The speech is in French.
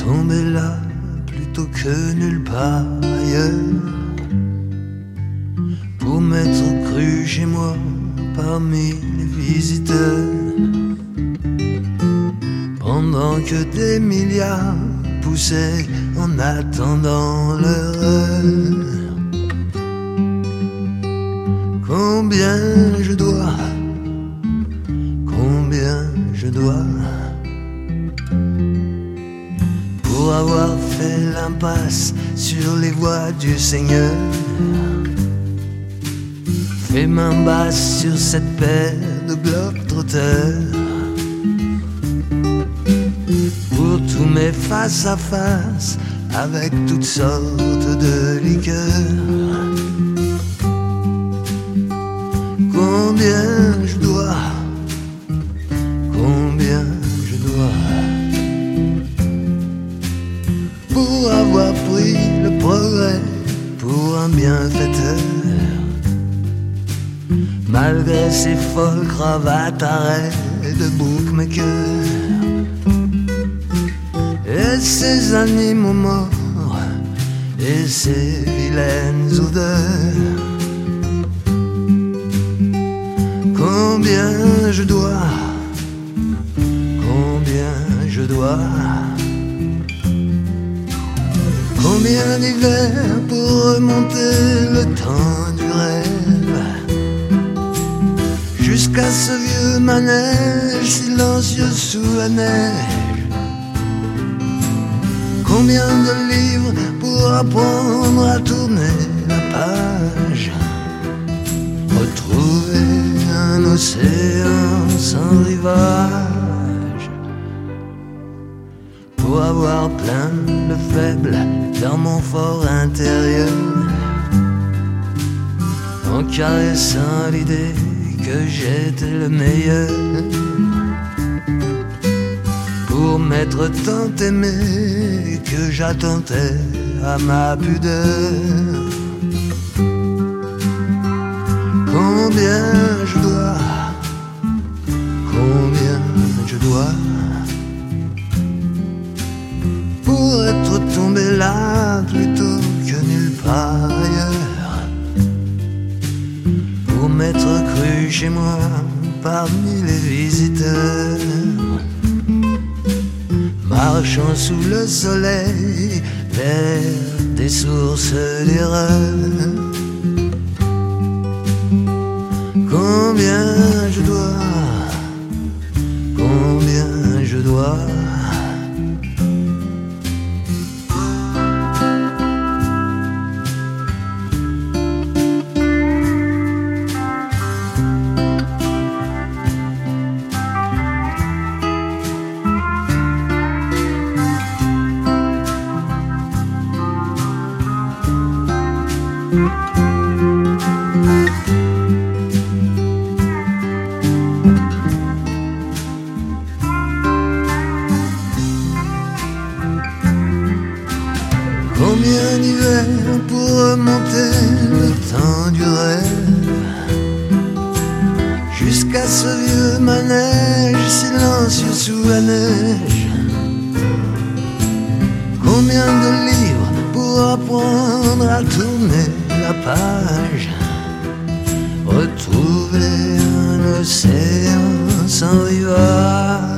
tomber là plutôt que nulle part ailleurs, pour m'être cru chez moi parmi les visiteurs, pendant que des milliards poussaient en attendant leur heure. Combien je dois pour avoir fait l'impasse sur les voies du Seigneur, fait main basse sur cette paire de globetrotters, pour tous mes face à face avec toutes sortes de liqueurs. Combien je dois pour avoir pris le progrès pour un bienfaiteur, malgré ces folles cravates arrêts de bookmaker et ces animaux morts et ces vilaines odeurs. Combien je dois combien d'hivers pour remonter le temps du rêve, jusqu'à ce vieux manège silencieux sous la neige. Combien de livres pour apprendre à tourner la page, retrouver un océan sans rivage, pour avoir plein de faibles dans mon fort intérieur, en caressant l'idée que j'étais le meilleur, pour m'être tant aimé que j'attentais à ma pudeur. Combien je dois pour être tombé là plutôt que nulle part ailleurs, pour m'être cru chez moi parmi les visiteurs, marchant sous le soleil vers des sources d'erreur. Combien je dois combien d'hivers pour remonter le temps du rêve, jusqu'à ce vieux manège silencieux sous la neige. Combien de livres pour apprendre à tourner la page, retrouver un océan sans rivage.